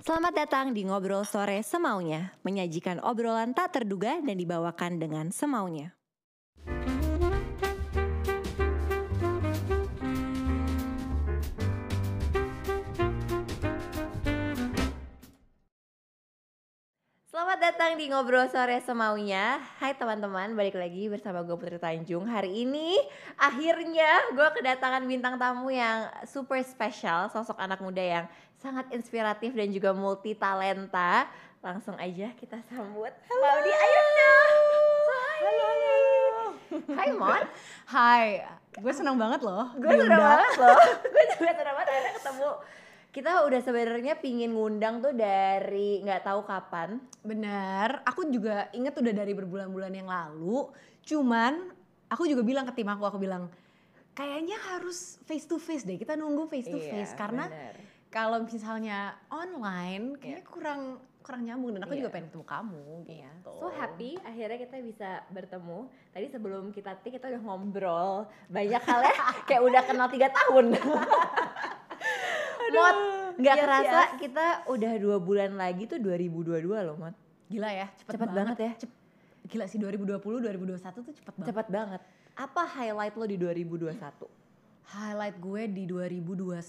Selamat datang di Ngobrol Sore Semaunya, menyajikan obrolan tak terduga dan dibawakan dengan semaunya. Selamat datang di Ngobrol Sore Semaunya. Hai teman-teman, balik lagi bersama gue Putri Tanjung. Hari ini akhirnya gue kedatangan bintang tamu yang super spesial, sosok anak muda yang sangat inspiratif dan juga multi talenta. Langsung aja kita sambut Maudi Ayunda. Halo. Hai Mon. Hai, gue seneng banget loh. Gue seneng banget loh. Gue juga seneng banget akhirnya ketemu. Kita udah sebenarnya pingin ngundang tuh dari nggak tahu kapan. Bener, aku juga inget udah dari berbulan-bulan yang lalu. Cuman aku juga bilang ke tim aku bilang kayaknya harus face to face deh. Kita nunggu face to face karena kalau misalnya online kayaknya kurang nyambung dan aku juga pengen ketemu kamu gitu. So happy akhirnya kita bisa bertemu. Tadi sebelum kita udah ngobrol banyak hal ya kayak udah kenal 3 tahun. Mot, gak kerasa kita udah 2 bulan lagi tuh 2022 loh Mot. Gila ya, cepet banget ya. Gila sih 2020, 2021 tuh cepet banget. Cepet banget. Apa highlight lo di 2021? Highlight gue di 2021,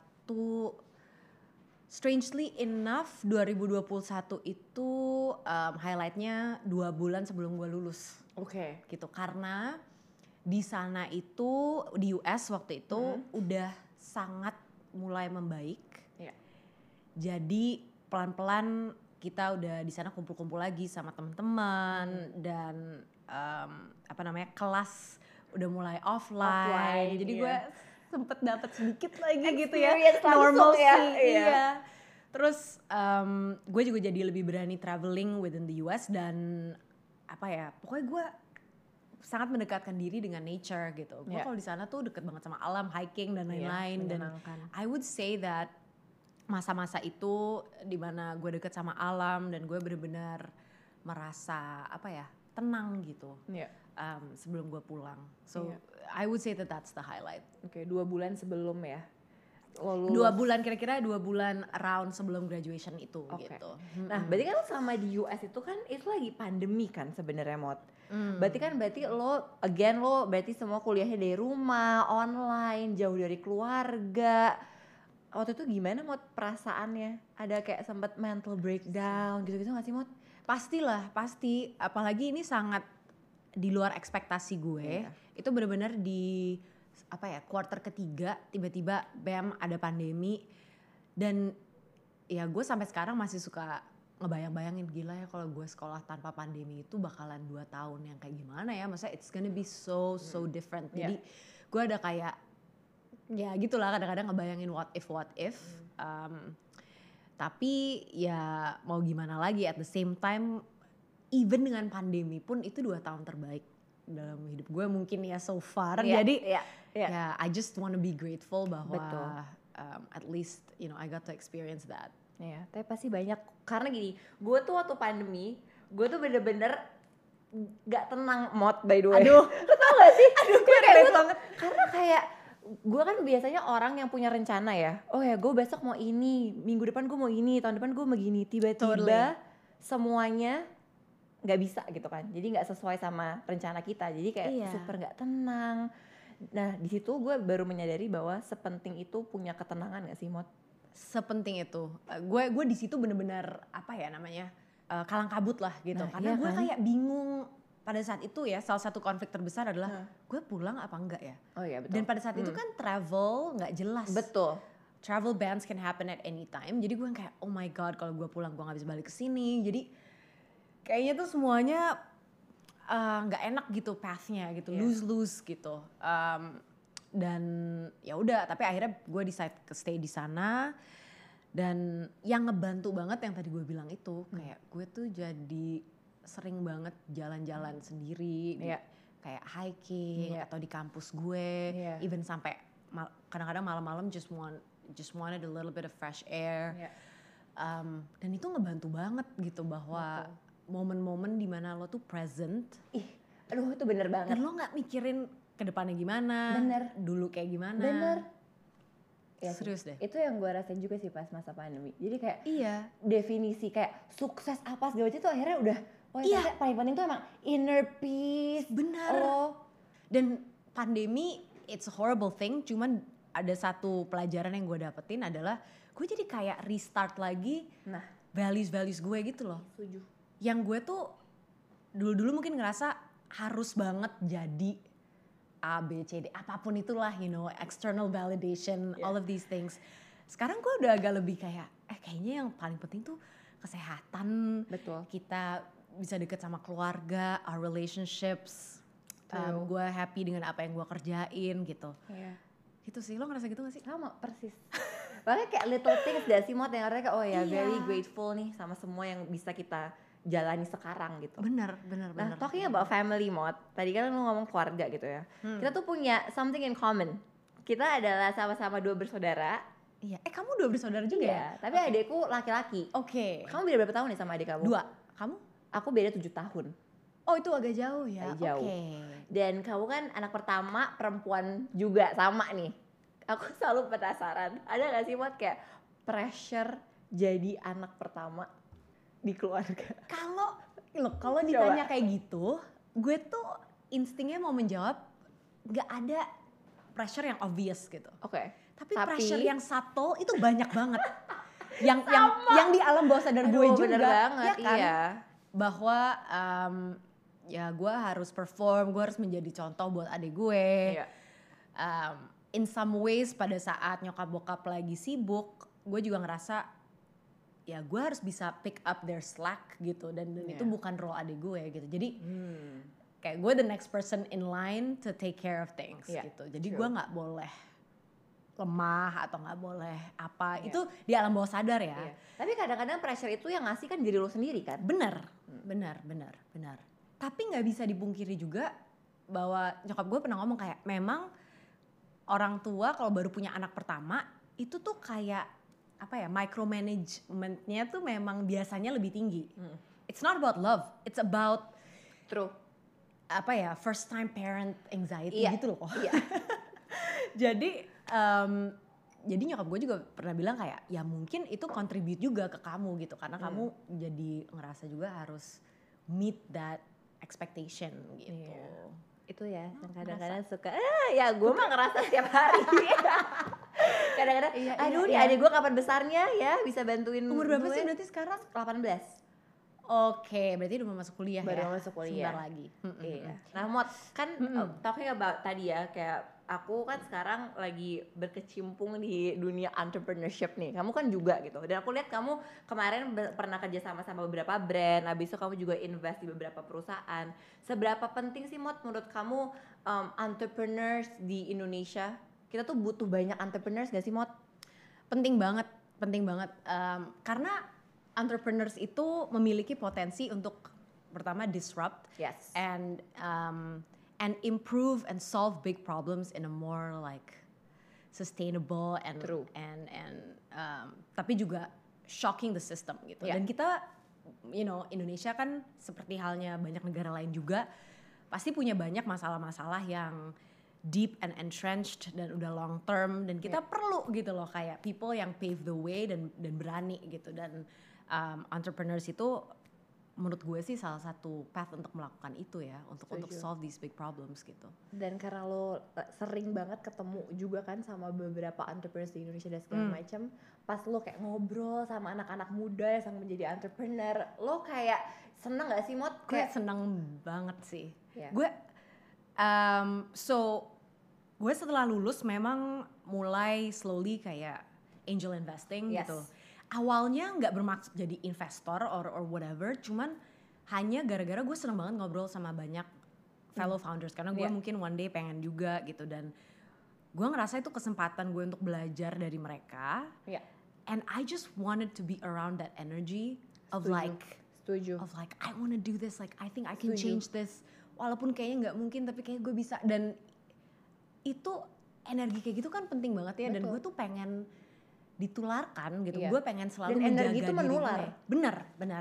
strangely enough 2021 itu highlightnya 2 bulan sebelum gue lulus. Oke. Gitu, karena di sana itu di US waktu itu udah sangat mulai membaik. Jadi pelan-pelan kita udah di sana kumpul-kumpul lagi sama teman-teman dan kelas udah mulai offline. Jadi gue sempet dapet sedikit lagi gitu ya normalcy ya. Iya. Terus gue juga jadi lebih berani traveling within the US dan pokoknya gue sangat mendekatkan diri dengan nature gitu. Gue kalau di sana tuh deket banget sama alam, hiking dan lain-lain. Dan I would say that masa-masa itu dimana gue deket sama alam dan gue benar-benar merasa tenang gitu sebelum gue pulang. So I would say that that's the highlight. Oke, 2 bulan sebelum ya. 2 bulan kira-kira 2 bulan around sebelum graduation itu gitu. Nah, berarti kan sama di US itu kan itu lagi pandemi kan sebenarnya Mot. Berarti lo berarti semua kuliahnya dari rumah, online, jauh dari keluarga. Waktu itu gimana Mot perasaannya? Ada kayak sempet mental breakdown gitu-gitu gak sih Mot? Pastilah, pasti. Apalagi ini sangat di luar ekspektasi gue. Itu benar-benar di quarter ketiga tiba-tiba bam ada pandemi. Dan ya gue sampai sekarang masih suka ngebayang-bayangin gila ya kalau gue sekolah tanpa pandemi itu bakalan 2 tahun yang kayak gimana ya. Maksudnya it's gonna be so different. Jadi gue ada kayak ya gitulah kadang-kadang ngebayangin what if. Tapi ya mau gimana lagi, at the same time even dengan pandemi pun itu 2 tahun terbaik dalam hidup gue mungkin ya so far. Jadi ya I just wanna be grateful bahwa at least I got to experience that. Ya, tapi pasti banyak karena gini, gue tuh waktu pandemi, gue tuh bener-bener gak tenang Mot by the way. Aduh, lo tau gak sih? Aduh, gue relate banget. Karena kayak gue kan biasanya orang yang punya rencana ya. Oh ya, gue besok mau ini, minggu depan gue mau ini, tahun depan gue mau gini. Tiba-tiba semuanya gak bisa gitu kan. Jadi gak sesuai sama rencana kita. Jadi kayak super gak tenang. Nah di situ gue baru menyadari bahwa sepenting itu punya ketenangan gak sih Mot? Sepenting itu. Gue di situ bener-bener kalang kabut lah gitu. Karena gue kayak bingung pada saat itu ya. Salah satu konflik terbesar adalah gue pulang apa enggak ya. Oh iya betul. Dan pada saat itu kan travel nggak jelas. Betul. Travel bans can happen at any time. Jadi gue kayak oh my god kalau gue pulang gue nggak bisa balik ke sini. Jadi kayaknya tuh semuanya nggak enak gitu pathnya gitu, lose gitu. Dan ya udah, tapi akhirnya gue decide stay di sana. Dan yang ngebantu banget yang tadi gue bilang itu kayak gue tuh jadi sering banget jalan-jalan sendiri, kayak hiking atau di kampus gue, even sampai kadang-kadang malam-malam just wanted a little bit of fresh air. Dan itu ngebantu banget gitu bahwa momen-momen dimana lo tuh present. Aduh itu bener banget. Dan lo nggak mikirin ke depannya gimana, dulu kayak gimana. Bener. Iya serius deh. Itu yang gue rasain juga sih pas masa pandemi. Jadi kayak Iya. definisi kayak sukses apa segala macam itu akhirnya udah ternyata paling penting tuh emang inner peace. Benar. Dan pandemi it's a horrible thing, cuman ada satu pelajaran yang gue dapetin adalah gue jadi kayak restart lagi values gue gitu loh. Setuju. Yang gue tuh dulu mungkin ngerasa harus banget jadi A, B, C, D, apapun itulah, you know, external validation, all of these things. Sekarang gue udah agak lebih kayak, kayaknya yang paling penting tuh kesehatan. Betul. Kita bisa deket sama keluarga, our relationships. Gue happy dengan apa yang gue kerjain gitu. Iya. Gitu sih, lo ngerasa gitu gak sih? Sama, persis. Makanya kayak little things gak sih Mot yang artinya kayak very grateful nih sama semua yang bisa kita jalani sekarang gitu. Bener. Nah, talking about family Mot, tadi kan lu ngomong keluarga gitu ya. Kita tuh punya something in common. Kita adalah sama-sama 2 bersaudara. Iya, kamu 2 bersaudara juga ya? Tapi adekku laki-laki. Oke. Kamu beda berapa tahun nih sama adik kamu? 2. Kamu? Aku beda 7 tahun. Oh itu agak jauh ya? Jauh. Oke. Dan kamu kan anak pertama perempuan juga sama nih. Aku selalu penasaran, ada gak sih Mot kayak pressure jadi anak pertama di keluarga? Kalau ditanya kayak gitu, gue tuh instingnya mau menjawab gak ada pressure yang obvious gitu. Oke. Tapi pressure yang subtle itu banyak banget. yang di alam bawah sadar gue juga. Bener banget, ya kan? iya. Bahwa ya gue harus perform, gue harus menjadi contoh buat adik gue. Iya. In some ways pada saat nyokap bokap lagi sibuk, gue juga ngerasa ya gue harus bisa pick up their slack gitu, dan itu bukan role adik gue gitu. Jadi kayak gue the next person in line to take care of things gitu. Jadi gue nggak boleh lemah atau nggak boleh apa, itu di alam bawah sadar ya. Tapi kadang-kadang pressure itu yang ngasih kan diri lo sendiri kan? Bener. Tapi nggak bisa dipungkiri juga bahwa nyokap gue pernah ngomong kayak memang orang tua kalau baru punya anak pertama itu tuh kayak apa ya, micromanagementnya tuh memang biasanya lebih tinggi. It's not about love, it's about apa ya, first time parent anxiety gitu loh. Jadi nyokap gue juga pernah bilang kayak ya mungkin itu contribute juga ke kamu gitu, karena kamu jadi ngerasa juga harus meet that expectation gitu. Itu ya, yang kadang-kadang suka, ya gue mah ngerasa setiap hari. Kadang-kadang, aduh nih adik gue kapan besarnya ya bisa bantuin. Umur berapa sih berarti sekarang? 18. Oke, berarti udah mau masuk kuliah ya? Baru masuk kuliah. Sebentar lagi. Iya. Nah Mot, kan talking about tadi ya, kayak aku kan sekarang lagi berkecimpung di dunia entrepreneurship nih. Kamu kan juga gitu. Dan aku lihat kamu kemarin pernah kerja sama beberapa brand. Habis itu kamu juga invest di beberapa perusahaan. Seberapa penting sih Mot menurut kamu entrepreneurs di Indonesia? Kita tuh butuh banyak entrepreneurs gak sih Mot? Penting banget. Karena entrepreneurs itu memiliki potensi untuk pertama disrupt and improve and solve big problems in a more like sustainable and tapi juga shocking the system gitu. Dan kita Indonesia kan seperti halnya banyak negara lain juga pasti punya banyak masalah-masalah yang deep and entrenched dan udah long term, dan kita perlu gitu loh kayak people yang pave the way dan berani gitu. Dan entrepreneurs itu menurut gue sih salah satu path untuk melakukan itu ya, untuk solve these big problems gitu. Dan karena lo sering banget ketemu juga kan sama beberapa entrepreneurs di Indonesia dan segala macam, pas lo kayak ngobrol sama anak-anak muda yang sang menjadi entrepreneur, lo kayak seneng gak sih Mot? Kayak seneng banget sih. Gue gue setelah lulus memang mulai slowly kayak angel investing gitu. Awalnya nggak bermaksud jadi investor or whatever, cuman hanya gara-gara gue seneng banget ngobrol sama banyak fellow founders, karena gue mungkin one day pengen juga gitu, dan gue ngerasa itu kesempatan gue untuk belajar dari mereka. And I just wanted to be around that energy of like I wanna do this, like I think I can change this, walaupun kayaknya nggak mungkin tapi kayak gue bisa. Dan itu energi kayak gitu kan penting banget ya. Dan gue tuh pengen ditularkan gitu. Gue pengen selalu dan menjaga energi itu menular. Benar.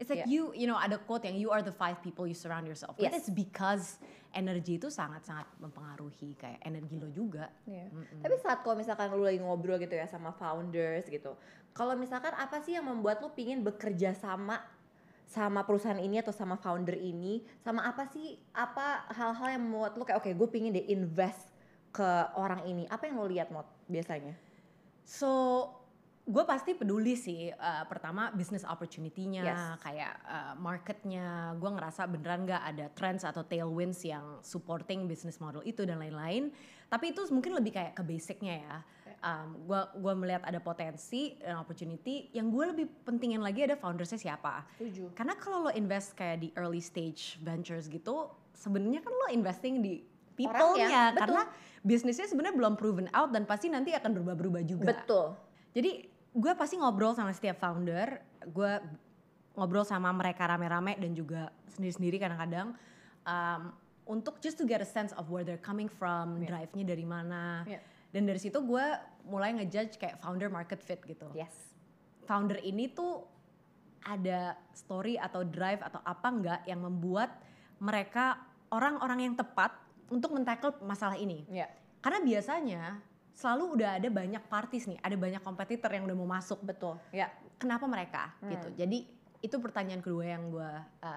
It's like Yeah. you know, ada quote yang you are the 5 people you surround yourself with. Yes. It's because energi itu sangat-sangat mempengaruhi kayak energi lo juga. Iya. Tapi saat kalau misalkan lu lagi ngobrol gitu ya sama founders gitu, kalau misalkan apa sih yang membuat lu pingin bekerja sama perusahaan ini atau sama founder ini, sama apa hal-hal yang membuat lu kayak oke gue pingin deh invest ke orang ini, apa yang lo lihat Mot biasanya? So, gue pasti peduli sih, pertama business opportunity-nya, Yes. kayak marketnya, gue ngerasa beneran gak ada trends atau tailwinds yang supporting business model itu dan lain-lain. Tapi itu mungkin lebih kayak ke basicnya ya. Gue melihat ada potensi dan opportunity, yang gue lebih pentingin lagi ada foundersnya siapa. Setuju. Karena kalau lo invest kayak di early stage ventures gitu, sebenarnya kan lo investing di people-nya, Orangnya, betul. karena bisnisnya sebenarnya belum proven out dan pasti nanti akan berubah-berubah juga. Betul. Jadi gue pasti ngobrol sama setiap founder, gue ngobrol sama mereka rame-rame dan juga sendiri-sendiri kadang-kadang untuk just to get a sense of where they're coming from, drive-nya dari mana. Yeah. Dan dari situ gue mulai ngejudge kayak founder market fit gitu. Yes. Founder ini tuh ada story atau drive atau apa enggak yang membuat mereka orang-orang yang tepat untuk men-tackle masalah ini. Iya. Karena biasanya selalu udah ada banyak parties nih, ada banyak kompetitor yang udah mau masuk. Betul. Ya. Kenapa mereka gitu? Jadi itu pertanyaan kedua yang gue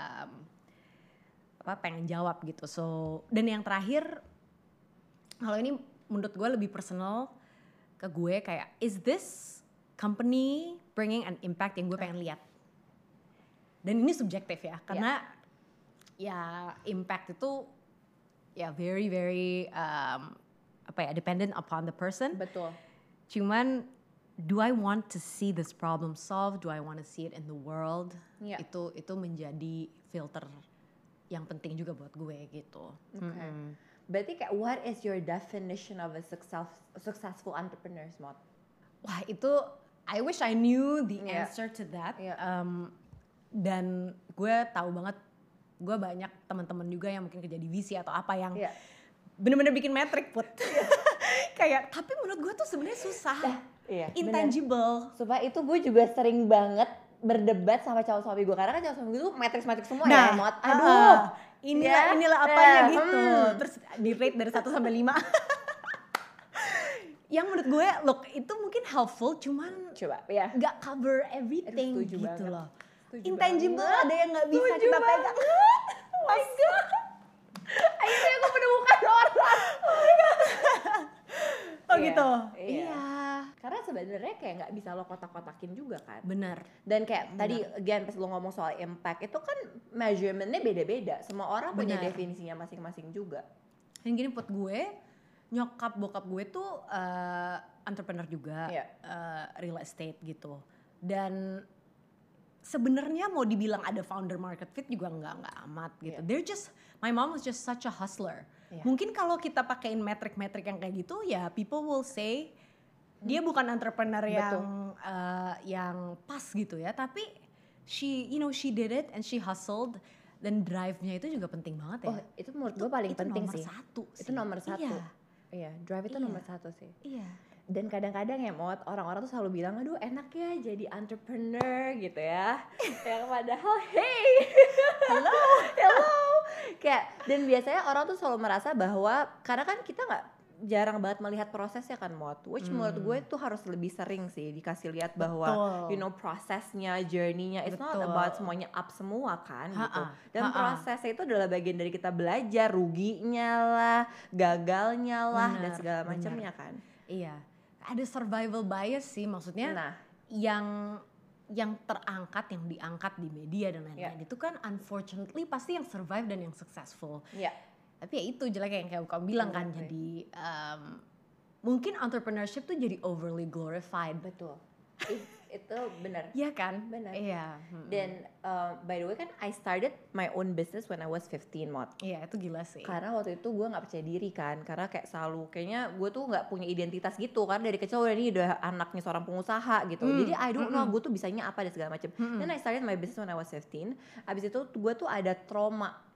pengen jawab gitu. So, dan yang terakhir, kalau ini menurut gue lebih personal ke gue kayak, is this company bringing an impact yang gue pengen lihat? Dan ini subjektif ya, karena ya impact itu ya very very dependent upon the person. Betul. Cuman do I want to see this problem solved? Do I want to see it in the world? Iya. Itu menjadi filter yang penting juga buat gue gitu. Okay. Berarti kayak what is your definition of a successful entrepreneur, Mot? Wah itu I wish I knew the Yeah. answer to that. Yeah. Dan gue tahu banget, gue banyak teman-teman juga yang mungkin kerja di VC atau apa yang Yeah. bener-bener bikin metrik put. Kayak tapi menurut gue tuh sebenarnya susah, Iya. intangible. Supaya itu gue juga sering banget berdebat sama calon suami gue, karena kan calon suami gue tuh matrix semua Nah, ya, Mot. Aduh. inilah apanya gitu. Terus di rate dari 1 sampai 5. Yang menurut gue, look itu mungkin helpful, cuman Coba ya. nggak cover everything Setuju gitu banget. loh. Setuju Intangible banget. ada yang nggak bisa Setuju kita banget. pegang. Oh my god. Akhirnya aku menemukan orang. Oh Iya, gitu. iya. Karena sebenarnya kayak nggak bisa lo kotak-kotakin juga kan. Benar. Dan kayak tadi again pas lo ngomong soal impact itu kan measurementnya beda-beda. Semua orang punya Benar. definisinya masing-masing juga. Dan gini buat gue, nyokap bokap gue tuh entrepreneur juga, Iya. real estate gitu. Dan sebenarnya mau dibilang ada founder market fit juga nggak amat gitu. Iya. They're just, my mom was just such a hustler. Iya. Mungkin kalau kita pakein metrik-metrik yang kayak gitu, ya people will say dia bukan entrepreneur yang pas gitu ya. Tapi she did it and she hustled. Dan drive-nya itu juga penting banget ya. Oh, itu menurut gue paling penting nomor sih. satu Itu sih. nomor satu. Iya. Iya, drive itu Iya. nomor satu sih. Iya. Dan kadang-kadang ya Mot, orang-orang tuh selalu bilang, aduh enak ya jadi entrepreneur gitu ya. Yang padahal, hey, hello. Kayak, dan biasanya orang tuh selalu merasa bahwa, karena kan kita jarang banget melihat prosesnya kan Mot. Which menurut gue tuh harus lebih sering sih dikasih lihat bahwa, Betul. prosesnya, journey-nya, it's not Betul. about semuanya up semua kan gitu. Ha-ha, Dan ha-ha. prosesnya itu adalah bagian dari kita belajar, ruginya lah, gagalnya lah, dan Benar, segala benar. macamnya kan. Iya, ada survival bias sih, maksudnya Nah, yang terangkat, yang diangkat di media dan lain-lain itu kan unfortunately pasti yang survive dan yang successful. ya. Tapi ya itu jelek yang kayak kamu bilang kan, Exactly. jadi mungkin entrepreneurship tuh jadi overly glorified. Betul. Itu benar. Iya kan? Benar. Iya. Dan by the way kan I started my own business when I was 15 Mot. Iya itu gila sih. Karena waktu itu gue gak percaya diri kan. Karena kayak selalu kayaknya gue tuh gak punya identitas gitu. Karena dari kecil udah anaknya seorang pengusaha gitu. Jadi I don't know gue tuh bisanya apa dan segala macam. Dan I started my business when I was 15. Abis itu gue tuh ada trauma Mot.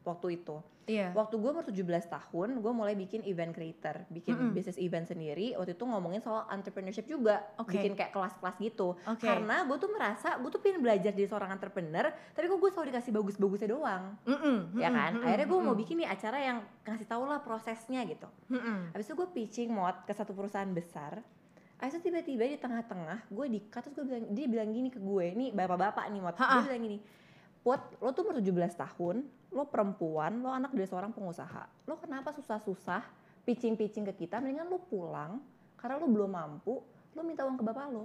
waktu itu. Iya. Waktu gue umur 17 tahun, gue mulai bikin event creator, bikin bisnis event sendiri. Waktu itu ngomongin soal entrepreneurship juga, bikin kayak kelas-kelas gitu. Karena gue tuh merasa, gue tuh pengen belajar jadi seorang entrepreneur, tapi kok gue selalu dikasih bagus-bagusnya doang, ya kan? Akhirnya gue mau bikin nih acara yang ngasih tau lah prosesnya gitu. Habis itu gue pitching Mod ke satu perusahaan besar. Habis itu tiba-tiba di tengah-tengah gue di-cut, terus dia bilang gini ke gue, nih bapak-bapak nih Mod, dia bilang gini, Put, lo tuh umur 17 tahun, lo perempuan, lo anak dari seorang pengusaha. Lo kenapa susah-susah pitching-pitching ke kita, mendingan lo pulang, karena lo belum mampu, lo minta uang ke bapak lo.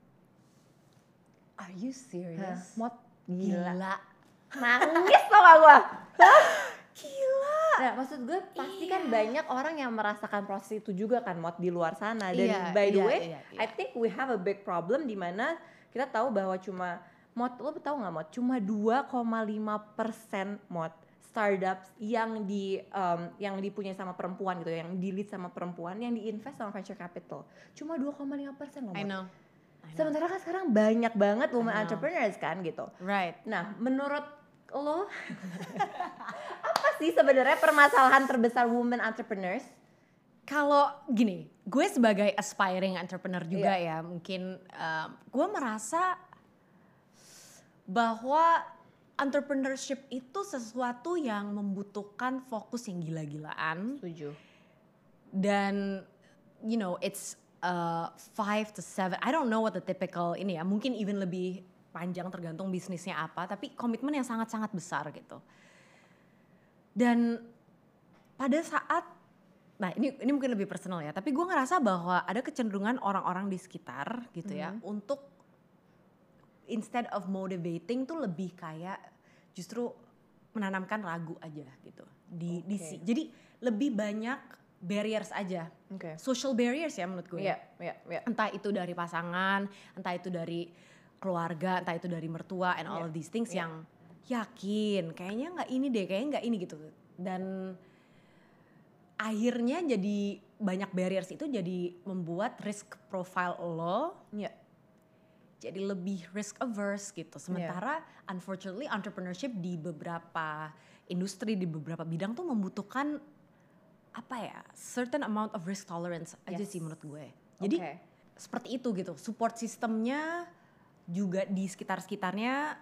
Are you serious? Mod, gila. Nangis tau gak gue? Gila. Nah maksud gue pasti kan banyak orang yang merasakan proses itu juga kan Mod di luar sana. Dan by the way, I think we have a big problem di mana kita tahu bahwa cuma Mod, lo tau gak Mod? Cuma 2,5% Mod startups yang dipunyai sama perempuan gitu, yang di lead sama perempuan, yang diinvest sama venture capital. Cuma 2,5% loh Mod. I know. Sementara kan sekarang banyak banget women entrepreneurs kan gitu. Right. Nah menurut lo apa sih sebenarnya permasalahan terbesar women entrepreneurs? Kalau gini, gue sebagai aspiring entrepreneur juga ya, mungkin gue merasa bahwa entrepreneurship itu sesuatu yang membutuhkan fokus yang gila-gilaan. Setuju. Dan you know, it's 5 to 7, I don't know what the typical ini ya, mungkin even lebih panjang tergantung bisnisnya apa, tapi komitmen yang sangat-sangat besar gitu. Dan pada saat, nah ini mungkin lebih personal ya, tapi gue ngerasa bahwa ada kecenderungan orang-orang di sekitar gitu ya, untuk instead of motivating tuh lebih kayak justru menanamkan ragu aja gitu. Jadi lebih banyak barriers aja, social barriers ya menurut gue. Entah itu dari pasangan, entah itu dari keluarga, entah itu dari mertua and all of these things yang yakin kayaknya nggak ini deh, kayaknya nggak ini gitu. Dan akhirnya jadi banyak barriers itu jadi membuat risk profile lo jadi lebih risk averse gitu. Sementara unfortunately entrepreneurship di beberapa industri, di beberapa bidang tuh membutuhkan apa ya, certain amount of risk tolerance aja sih menurut gue. Jadi seperti itu gitu, support sistemnya juga di sekitar-sekitarnya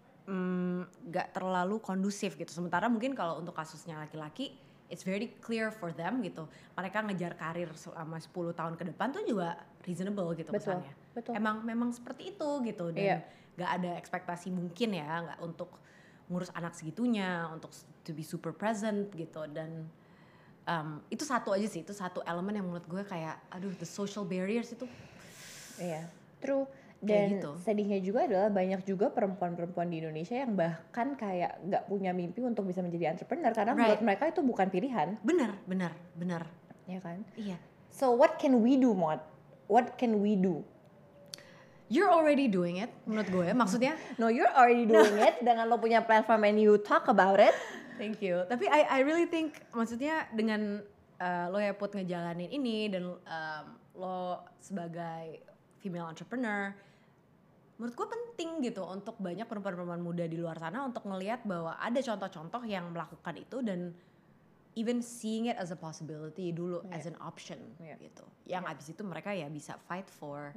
gak terlalu kondusif gitu. Sementara mungkin kalau untuk kasusnya laki-laki, it's very clear for them gitu. Mereka ngejar karir selama 10 tahun ke depan tuh juga reasonable gitu kesannya. Memang seperti itu gitu, dan gak ada ekspektasi mungkin ya, gak untuk ngurus anak segitunya, untuk to be super present gitu. Dan itu satu aja sih, itu satu elemen yang menurut gue kayak aduh, the social barriers itu. True. Dan gitu. Sedihnya juga adalah banyak juga perempuan-perempuan di Indonesia yang bahkan kayak gak punya mimpi untuk bisa menjadi entrepreneur karena menurut mereka itu bukan pilihan. Benar. Ya kan? Iya. So what can we do, Mod? What can we do? You're already doing it menurut gue, maksudnya. No, you're already doing it dengan lo punya platform and you talk about it. Thank you. Tapi I really think, maksudnya dengan lo ya Put ngejalanin ini dan lo sebagai female entrepreneur, menurut gue penting gitu untuk banyak perempuan-perempuan muda di luar sana untuk ngelihat bahwa ada contoh-contoh yang melakukan itu dan even seeing it as a possibility dulu, as an option gitu. Yang abis itu mereka ya bisa fight for.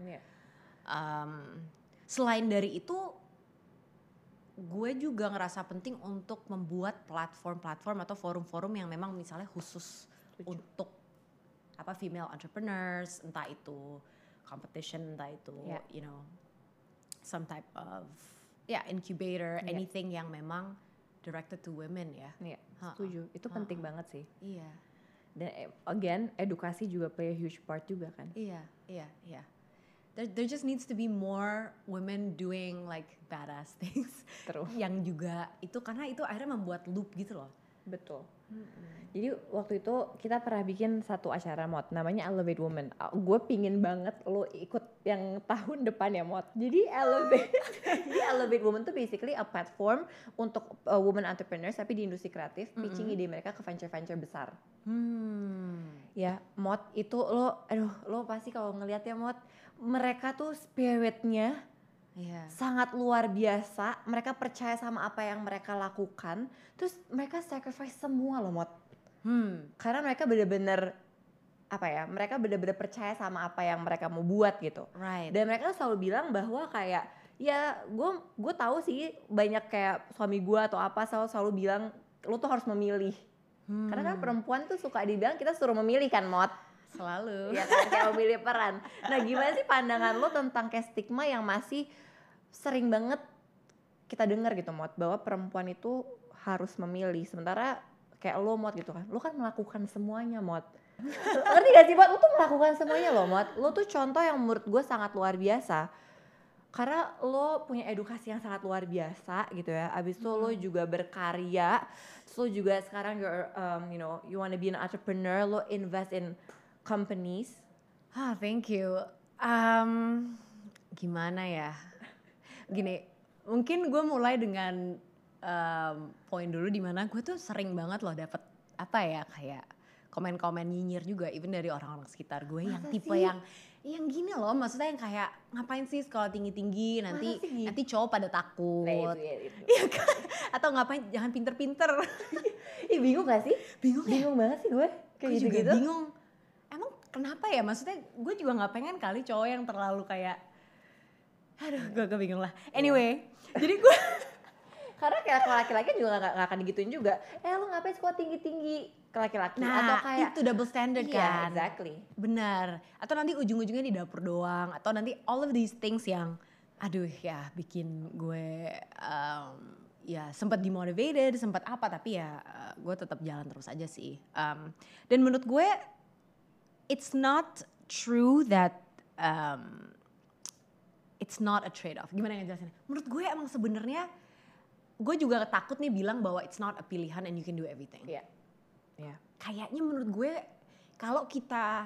Selain dari itu, gue juga ngerasa penting untuk membuat platform-platform atau forum-forum yang memang misalnya khusus untuk female entrepreneurs, entah itu competition, entah itu you know, some type of incubator, anything yang memang directed to women ya. Setuju, itu penting banget sih. Iya. Dan again, edukasi juga play a huge part juga kan. Iya. There just needs to be more women doing like badass things. True. Yang juga itu, karena itu akhirnya membuat loop gitu loh. Betul. Jadi waktu itu kita pernah bikin satu acara Mod, namanya Elevate Women. Gue pingin banget lo ikut yang tahun depan ya Mod. Jadi Elevate Women tuh basically a platform untuk women entrepreneurs tapi di industri kreatif, pitching ide mereka ke venture-venture besar. Ya Mod itu lo pasti kalau ngelihat ya Mod, mereka tuh spiritnya sangat luar biasa. Mereka percaya sama apa yang mereka lakukan, terus mereka sacrifice semua loh Mot. Karena mereka bener-bener apa ya, mereka bener-bener percaya sama apa yang mereka mau buat gitu. Dan mereka selalu bilang bahwa kayak ya gue tahu sih banyak kayak suami gue atau apa selalu bilang lo tuh harus memilih. Karena kan perempuan tuh suka dibilang kita suruh memilih kan Mot. Selalu. Ya kan, kayak memilih peran. Nah gimana sih pandangan lo tentang kayak stigma yang masih sering banget kita dengar gitu Mot, bahwa perempuan itu harus memilih, sementara kayak lo Mot gitu kan, lo kan melakukan semuanya Mot. Ngerti gak sih Mot, lo tuh melakukan semuanya lo Mot. Lo tuh contoh yang menurut gue sangat luar biasa, karena lo punya edukasi yang sangat luar biasa gitu ya. Abis itu lo juga berkarya, lo juga sekarang you wanna be an entrepreneur, lo invest in companies. Thank you. Gimana ya? Gini, mungkin gue mulai dengan poin dulu di mana gue tuh sering banget loh dapet apa ya, kayak komen-komen nyinyir juga, even dari orang-orang sekitar gue. Masa yang tipe sih? yang gini loh, maksudnya yang kayak ngapain sih sekolah tinggi-tinggi, nanti cowok pada takut. Iya kan? Atau ngapain jangan pinter-pinter. Ih bingung gak sih? Bingung banget sih gue kayak gitu. Juga bingung. Emang kenapa ya? Maksudnya gue juga nggak pengen kali cowok yang terlalu kayak, aduh gue bingung lah. Anyway, jadi gue karena kayak laki-laki juga gak akan digituin juga. Lo ngapain sekolah tinggi-tinggi ke laki-laki? Nah atau kayak itu double standard kan. Exactly. Benar. Atau nanti ujung-ujungnya di dapur doang. Atau nanti all of these things yang aduh ya bikin gue ya sempat demotivated, sempat apa, tapi ya gue tetap jalan terus aja sih. Dan menurut gue it's not true that it's not a trade-off. Gimana ngejelasinnya? Menurut gue emang sebenarnya gue juga takut nih bilang bahwa it's not a pilihan and you can do everything. Iya. Kayaknya menurut gue kalau kita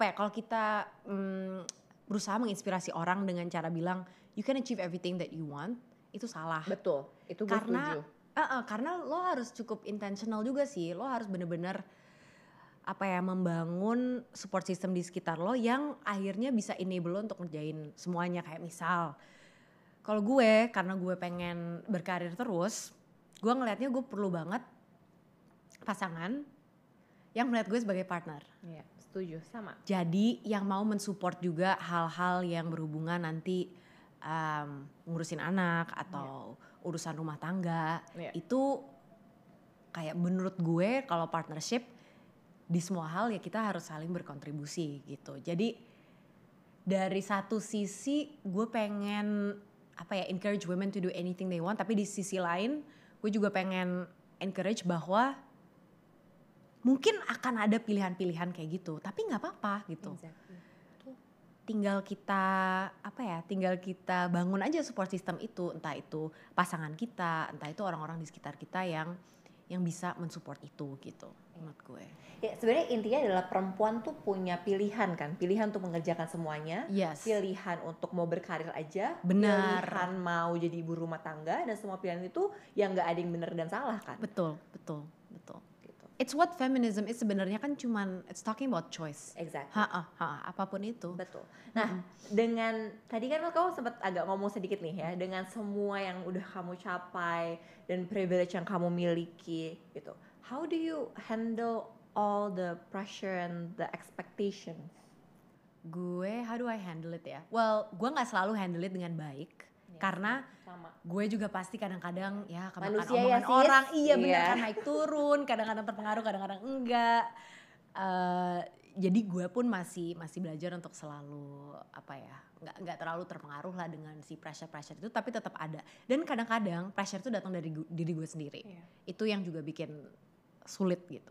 berusaha menginspirasi orang dengan cara bilang you can achieve everything that you want, itu salah. Betul, itu gue setuju. Karena lo harus cukup intentional juga sih, lo harus bener-bener membangun support system di sekitar lo yang akhirnya bisa enable lo untuk ngerjain semuanya. Kayak misal kalau gue, karena gue pengen berkarir terus, gue ngelihatnya gue perlu banget pasangan yang melihat gue sebagai partner. Iya, setuju, sama. Jadi yang mau mensupport juga hal-hal yang berhubungan nanti ngurusin anak atau urusan rumah tangga. Itu kayak menurut gue kalau partnership di semua hal ya kita harus saling berkontribusi gitu. Jadi dari satu sisi gue pengen encourage women to do anything they want, tapi di sisi lain gue juga pengen encourage bahwa mungkin akan ada pilihan-pilihan kayak gitu, tapi nggak apa-apa gitu. Exactly. Tinggal kita bangun aja support system itu, entah itu pasangan kita, entah itu orang-orang di sekitar kita yang bisa mensupport itu gitu menurut gue. Ya sebenarnya intinya adalah perempuan tuh punya pilihan kan, pilihan untuk mengerjakan semuanya, pilihan untuk mau berkarir aja, pilihan mau jadi ibu rumah tangga, dan semua pilihan itu yang nggak ada yang benar dan salah kan. Betul. Gitu. It's what feminism is sebenarnya kan, cuman it's talking about choice. Exactly. Apapun itu. Betul. Nah, dengan tadi kan kamu sempat agak ngomong sedikit nih ya, dengan semua yang udah kamu capai dan privilege yang kamu miliki gitu. How do you handle all the pressure and the expectations? Gue, how do I handle it ya? Well, gue nggak selalu handle it dengan baik. Karena gue juga pasti kadang-kadang ya kemakan omongan orang, bener kan, naik turun, kadang-kadang terpengaruh, kadang-kadang enggak. Jadi gue pun masih belajar untuk selalu nggak terlalu terpengaruh lah dengan si pressure itu, tapi tetap ada. Dan kadang-kadang pressure itu datang dari diri gue sendiri. Itu yang juga bikin sulit gitu.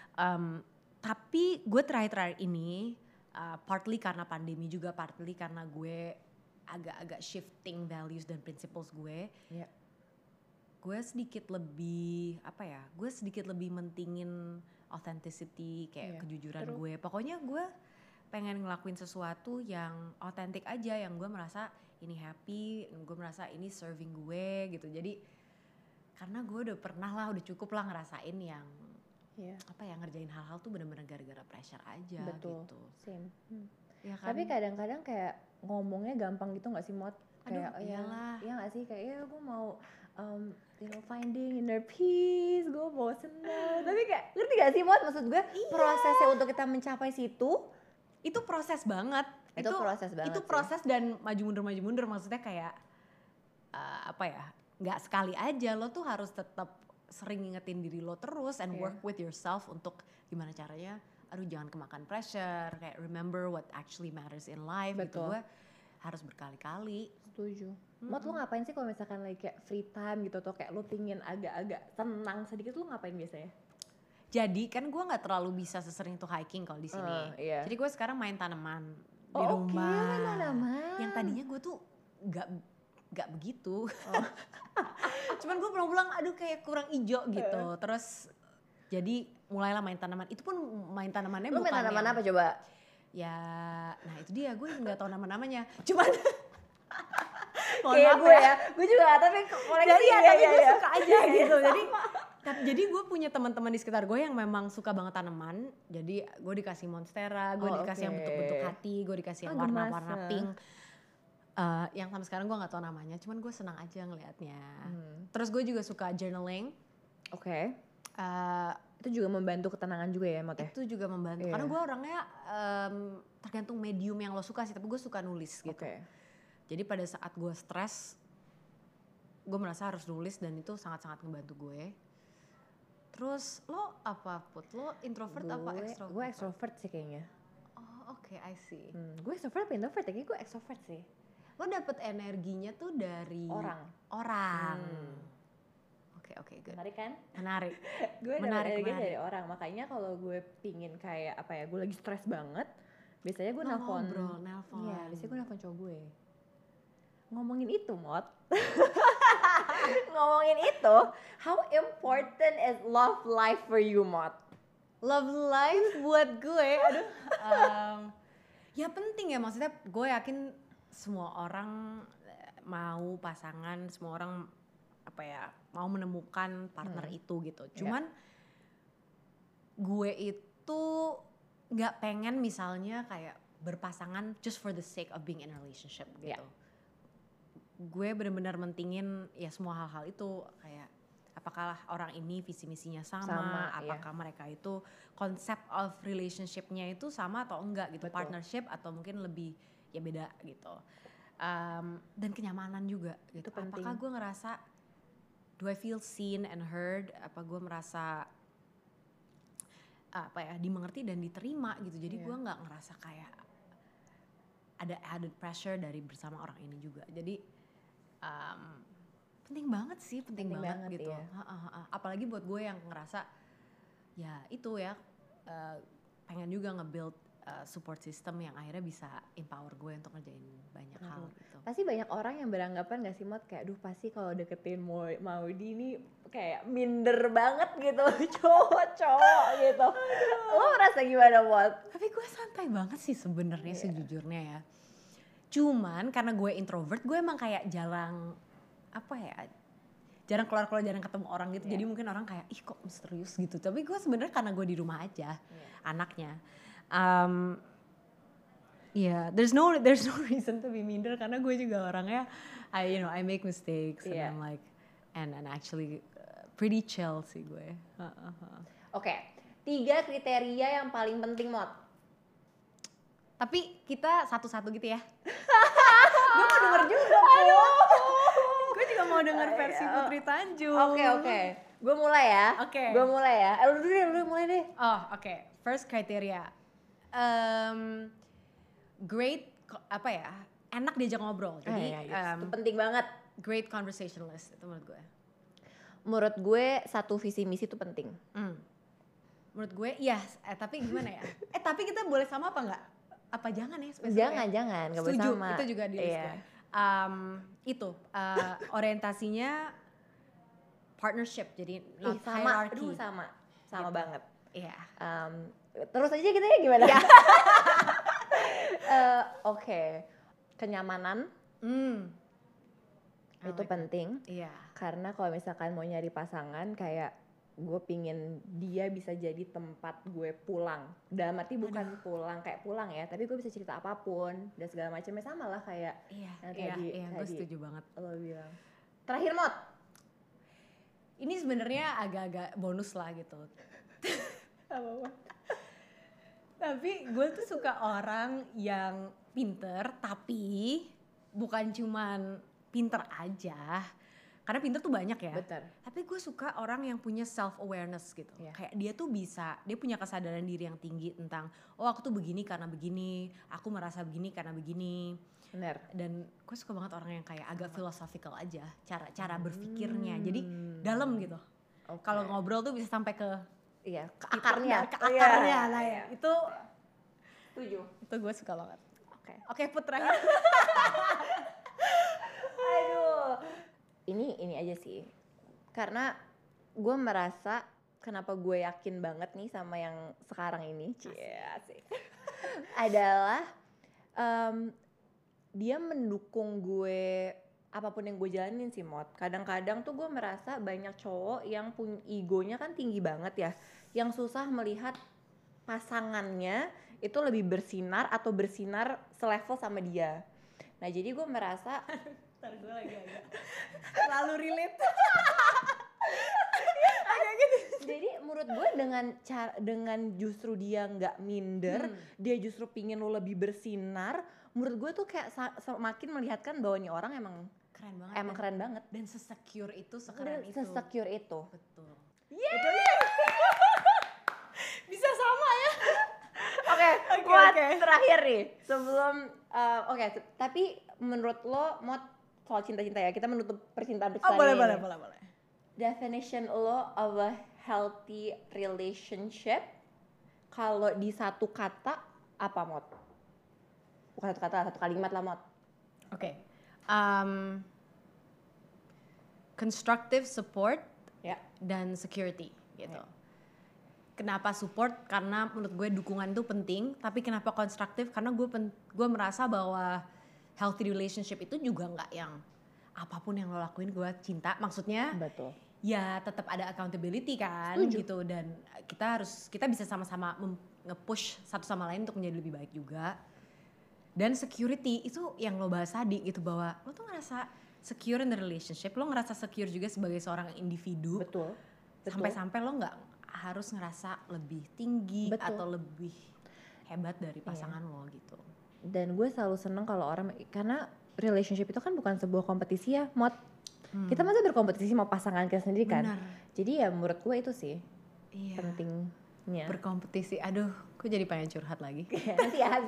Tapi gue terakhir ini partly karena pandemi juga, partly karena gue agak-agak shifting values dan principles gue. Gue sedikit lebih mentingin authenticity, kayak kejujuran gue. Pokoknya gue pengen ngelakuin sesuatu yang authentic aja, yang gue merasa ini happy, gue merasa ini serving gue gitu. Jadi karena gue udah cukup lah ngerasain yang ngerjain hal-hal tuh bener-bener gara-gara pressure aja. Betul. Gitu. Same. Ya kan? Tapi kadang-kadang kayak ngomongnya gampang gitu nggak sih Mot? kayak iyalah. iya nggak sih kayak ya gue mau finding inner peace, gue mau senang. Tapi kayak ngerti gak sih Mot, maksud gue prosesnya untuk kita mencapai situ itu proses banget. Itu proses banget Itu proses dan maju mundur maksudnya kayak apa ya? Nggak sekali aja, lo tuh harus tetap sering ngingetin diri lo terus and work with yourself untuk gimana caranya. Aduh jangan kemakan pressure, kayak remember what actually matters in life. Gitu gue harus berkali-kali. Setuju. Mot lo ngapain sih kalau misalkan lagi kayak free time gitu atau kayak lo pingin agak-agak tenang sedikit, lo ngapain biasanya? Jadi kan gue nggak terlalu bisa sesering tuh hiking kalau di sini. Iya. Jadi gue sekarang main tanaman di main rumah. tanaman. Yang tadinya gue tuh nggak begitu. Cuman gue pulang-pulang aduh kayak kurang ijo gitu. Terus jadi mulailah main tanaman. Itu pun main tanamannya lo bukan main tanaman yang, apa coba? ya nah itu dia gue nggak tahu nama-namanya. Cuman kayak gue ya, gue juga gak tahu tapi koleksi ya, tapi gue suka aja gitu. Jadi gue punya teman-teman di sekitar gue yang memang suka banget tanaman. Jadi gue dikasih monstera, gue dikasih yang bentuk-bentuk hati, gue dikasih yang warna-warna pink. Yang sampai sekarang gue nggak tahu namanya, cuman gue senang aja ngelihatnya. Terus gue juga suka journaling. Itu juga membantu ketenangan juga ya Mot ya? Itu juga membantu, karena gue orangnya tergantung medium yang lo suka sih, tapi gue suka nulis gitu. Jadi pada saat gue stres, gue merasa harus nulis dan itu sangat-sangat ngebantu gue. Terus lo apa Put? Lo introvert apa extrovert? Gue extrovert sih kayaknya. Oh oke, I see. Gue extrovert apa introvert ya? Kayaknya gue extrovert sih. Lo dapet energinya tuh dari orang. Oke, good. Menarik kan? Menarik. Gue dapet energi dari orang, makanya kalau gue pingin kayak apa ya, gue lagi stres banget, biasanya gue nelfon. Iya, biasanya gue nelfon cowok gue. Ngomongin itu Mot. Ngomongin itu, how important is love life for you Mot? Love life buat gue, ya penting ya, maksudnya gue yakin semua orang mau pasangan, semua orang apa ya, mau menemukan partner itu gitu. Cuman gue itu nggak pengen misalnya kayak berpasangan just for the sake of being in a relationship gitu. Gue benar-benar mentingin ya semua hal-hal itu, kayak apakah orang ini visi misinya sama apakah mereka itu konsep of relationship-nya itu sama atau enggak gitu. Partnership atau mungkin lebih ya beda gitu. Dan kenyamanan juga gitu. Apakah gue ngerasa do I feel seen and heard, apa gue merasa apa ya, dimengerti dan diterima gitu. Jadi gue nggak ngerasa kayak ada added pressure dari bersama orang ini juga. Jadi penting banget sih, penting banget gitu. Ya. Apalagi buat gue yang ngerasa ya itu ya pengen juga nge-build support system yang akhirnya bisa empower gue untuk ngerjain banyak hal gitu. Pasti banyak orang yang beranggapan gak sih Mot kayak aduh pasti kalau deketin Maudy ini kayak minder banget gitu cowok gitu. Lo merasa gimana Mot? Tapi gue santai banget sih sebenarnya sejujurnya ya. Cuman karena gue introvert, gue emang kayak jarang keluar-keluar, jarang ketemu orang gitu. Jadi mungkin orang kayak ih kok misterius gitu. Tapi gue sebenarnya karena gue di rumah aja anaknya. There's no reason to be minder karena gue juga orangnya I make mistakes and I'm like and actually pretty chill sih gue. Oke, 3 kriteria yang paling penting Mot. Tapi kita satu-satu gitu ya. Gue mau denger juga. Gue juga mau denger versi Putri Tanjung. Oke. Gue mulai ya. Gue mulai ya. Lu mulai deh. Oke. First criteria. Great apa ya? Enak diajak ngobrol. Jadi itu penting banget. Great conversationalist itu menurut gue. Menurut gue satu visi misi itu penting. Menurut gue tapi gimana ya? Tapi kita boleh sama apa enggak? Apa jangan ya spesifik? Jangan, gak setuju, bersama. Itu juga di list gue. Orientasinya partnership, jadi not hierarchy. Sama gitu. Banget. Iya. Terus aja kita ya gimana? Oke. Kenyamanan. Itu penting. Iya. Karena kalau misalkan mau nyari pasangan kayak gue pingin dia bisa jadi tempat gue pulang. Dalam arti bukan pulang kayak pulang ya, tapi gue bisa cerita apapun dan segala macamnya, sama lah kayak yang tadi gue setuju banget lo bilang. Terakhir Mot, ini sebenarnya agak-agak bonus lah gitu. apa? Tapi gue tuh suka orang yang pinter, tapi bukan cuman pinter aja. Karena pinter tuh banyak ya. Betul. Tapi gue suka orang yang punya self awareness gitu. Yeah. Kayak dia tuh bisa, dia punya kesadaran diri yang tinggi tentang, oh aku tuh begini karena begini, aku merasa begini karena begini. Bener. Dan gue suka banget orang yang kayak agak philosophical aja, cara berpikirnya. Jadi dalam gitu. Okay. Kalau ngobrol tuh bisa sampai ke ke akarnya. Ke akarnya. Nah ya, itu setuju. Itu gue suka banget. Oke, Put terakhir. Aduh. Ini aja sih. Karena gue merasa kenapa gue yakin banget nih sama yang sekarang ini, sih. Adalah dia mendukung gue apapun yang gue jalanin sih, Mot. Kadang-kadang tuh gue merasa banyak cowok yang punya egonya kan tinggi banget ya, yang susah melihat pasangannya itu lebih bersinar atau bersinar selevel sama dia. Nah jadi gue merasa Ntar gue lagi agak selalu relate. Jadi menurut gue dengan justru dia nggak minder, dia justru pingin lo lebih bersinar. Menurut gue tuh kayak semakin melihatkan bahwa nih orang emang keren banget. Dan se-secure itu, sekeren itu. Se-secure itu. Betul. Betul. Bisa sama ya. Oke, buat terakhir nih sebelum tapi menurut lo Mot, soal cinta-cinta ya, kita menutup percintaan kita boleh. Definition lo of a healthy relationship kalau di satu kata apa, Mot? Bukan satu kata, satu kalimat lah, Mot. Oke. Constructive support dan security gitu. Kenapa support? Karena menurut gue dukungan itu penting. Tapi kenapa konstruktif? Karena gue merasa bahwa healthy relationship itu juga nggak yang apapun yang lo lakuin gue cinta. Maksudnya betul. Ya tetap ada accountability kan. Setuju. Gitu. Dan kita bisa sama-sama nge-push satu sama lain untuk menjadi lebih baik juga. Dan security itu yang lo bahas tadi gitu, bahwa lo tuh ngerasa secure in the relationship. Lo ngerasa secure juga sebagai seorang individu. Betul. Sampai-sampai lo nggak harus ngerasa lebih tinggi atau lebih hebat dari pasangan lo gitu. Dan gue selalu seneng kalau orang, karena relationship itu kan bukan sebuah kompetisi ya, Mot. Kita masa berkompetisi sama pasangan kita sendiri kan. Benar. Jadi ya menurut gue itu sih pentingnya. Berkompetisi, aduh, gue jadi pengen curhat lagi. Nanti ya.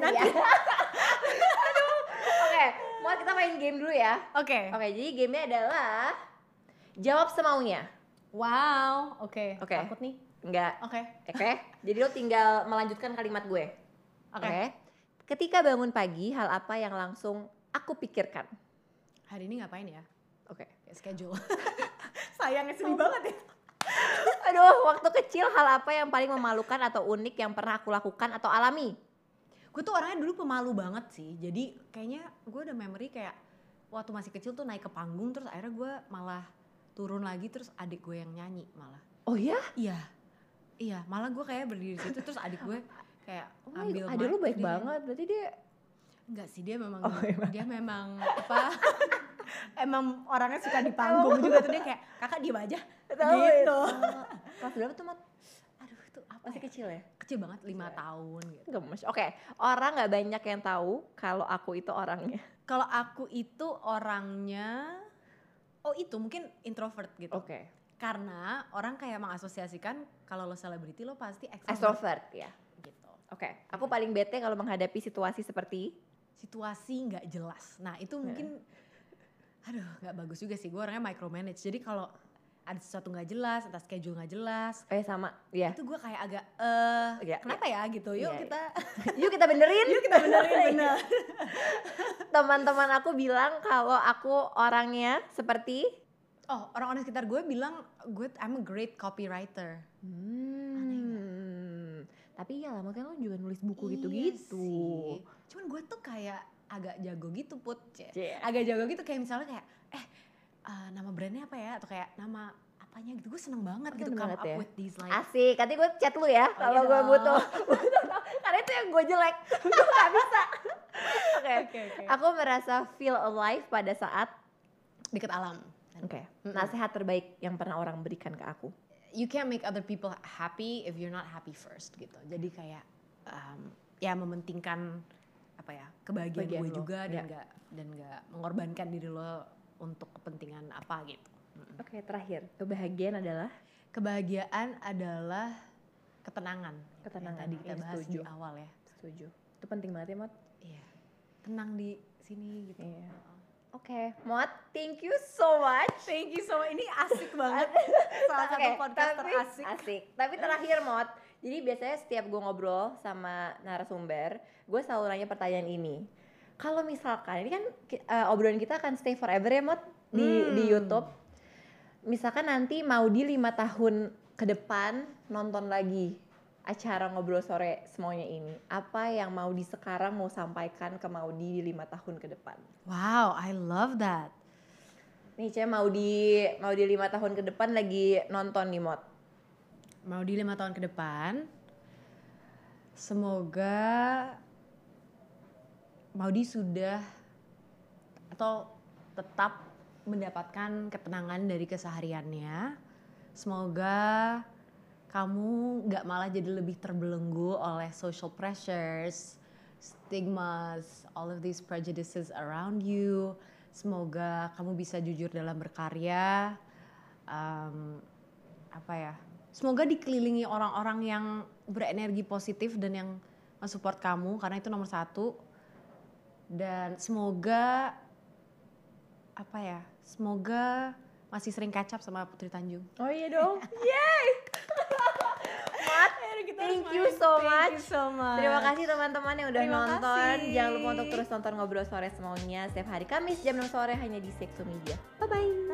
Aduh. Oke, Mot, kita main game dulu ya. Oke, jadi gamenya adalah jawab semaunya. Wow, oke. Takut nih. Enggak. Oke. Jadi lo tinggal melanjutkan kalimat gue. Oke. Ketika bangun pagi, hal apa yang langsung aku pikirkan? Hari ini ngapain ya? Oke. Schedule. Sayangnya sedih banget ya. Aduh, waktu kecil hal apa yang paling memalukan atau unik yang pernah aku lakukan atau alami? Gue tuh orangnya dulu pemalu banget sih. Jadi kayaknya gue udah memory kayak waktu masih kecil tuh naik ke panggung, terus akhirnya gue malah turun lagi, terus adik gue yang nyanyi malah. Oh ya? Iya, malah gue kayak berdiri di situ, terus adik gue kayak ambil mic. Adik lu baik banget, berarti dia enggak sih, dia memang apa? Emang orangnya suka di panggung juga tuh, dia kayak kakak diem aja gitu. Kelas berapa tuh, Mat? Aduh, itu apa? Masih kecil ya? Kecil banget, 5 tahun gitu. Oke, orang nggak banyak yang tahu kalau aku itu orangnya. Kalau aku itu orangnya, itu mungkin introvert gitu. Oke. Karena orang kayak mengasosiasikan kalau lo selebriti lo pasti extrovert ya. Gitu. Oke, aku paling bete kalau menghadapi situasi seperti situasi nggak jelas. Nah itu mungkin, aduh nggak bagus juga sih. Gue orangnya micromanage. Jadi kalau ada sesuatu nggak jelas, atau schedule nggak jelas, sama, ya. itu gue kayak agak, kenapa ya gitu. Yuk kita benerin. Bener. Teman-teman aku bilang kalau aku orangnya seperti, orang-orang sekitar gue bilang I'm a great copywriter. Tapi ya lama kan lo juga nulis buku gitu-gitu. Sih. Cuman gue tuh kayak agak jago gitu, Put. Agak jago gitu, kayak misalnya kayak nama brandnya apa ya, atau kayak nama apanya gitu. Gue seneng banget Oh, gitu seneng come banget up ya? with these like Asik, nanti gue chat lu ya kalau iya gue dong. butuh. Karena itu yang gue jelek, gue gak bisa. Oke, Oke. aku merasa feel alive pada saat. Deket alam. Oke, nasihat terbaik yang pernah orang berikan ke aku. You can't make other people happy if you're not happy first gitu. Jadi kayak ya mementingkan apa ya kebahagiaan Bagian gue lo, juga ya. dan nggak mengorbankan diri lo untuk kepentingan apa gitu. Oke, terakhir, kebahagiaan adalah ketenangan. Ketenangan, Yang tadi kita iya, bahas setuju. di awal ya. setuju. Itu penting banget ya, Mot. Iya. Tenang di sini gitu. Iya. Oke, Mot, thank you so much. Thank you so much. Ini asik banget. Salah satu Oke, podcast tapi terasik. Tapi terakhir, Mot. Jadi biasanya setiap gue ngobrol sama narasumber, gue selalu nanya pertanyaan ini. Kalau misalkan, ini kan obrolan kita akan stay forever ya, Mot, di YouTube. Misalkan nanti Maudi 5 tahun ke depan nonton lagi acara Ngobrol Sore Semuanya ini. Apa yang Maudi sekarang mau sampaikan ke Maudi di 5 tahun ke depan? Wow, I love that. Nih, Cek, Maudi 5 tahun ke depan lagi nonton nih, Mot. Mau di 5 tahun ke depan, semoga Maudi sudah atau tetap mendapatkan ketenangan dari kesehariannya. Semoga kamu gak malah jadi lebih terbelenggu oleh social pressures, stigmas, all of these prejudices around you. Semoga kamu bisa jujur dalam berkarya. Semoga dikelilingi orang-orang yang berenergi positif dan yang mensupport kamu karena itu nomor 1. Dan semoga semoga masih sering catch up sama Putri Tanjung. Oh iya dong. Yay! Mat, thank you so much. Terima kasih teman-teman yang udah nonton. Jangan lupa untuk terus nonton Ngobrol Sore Semuanya setiap hari Kamis jam 6 sore hanya di Sekso Media. Bye-bye.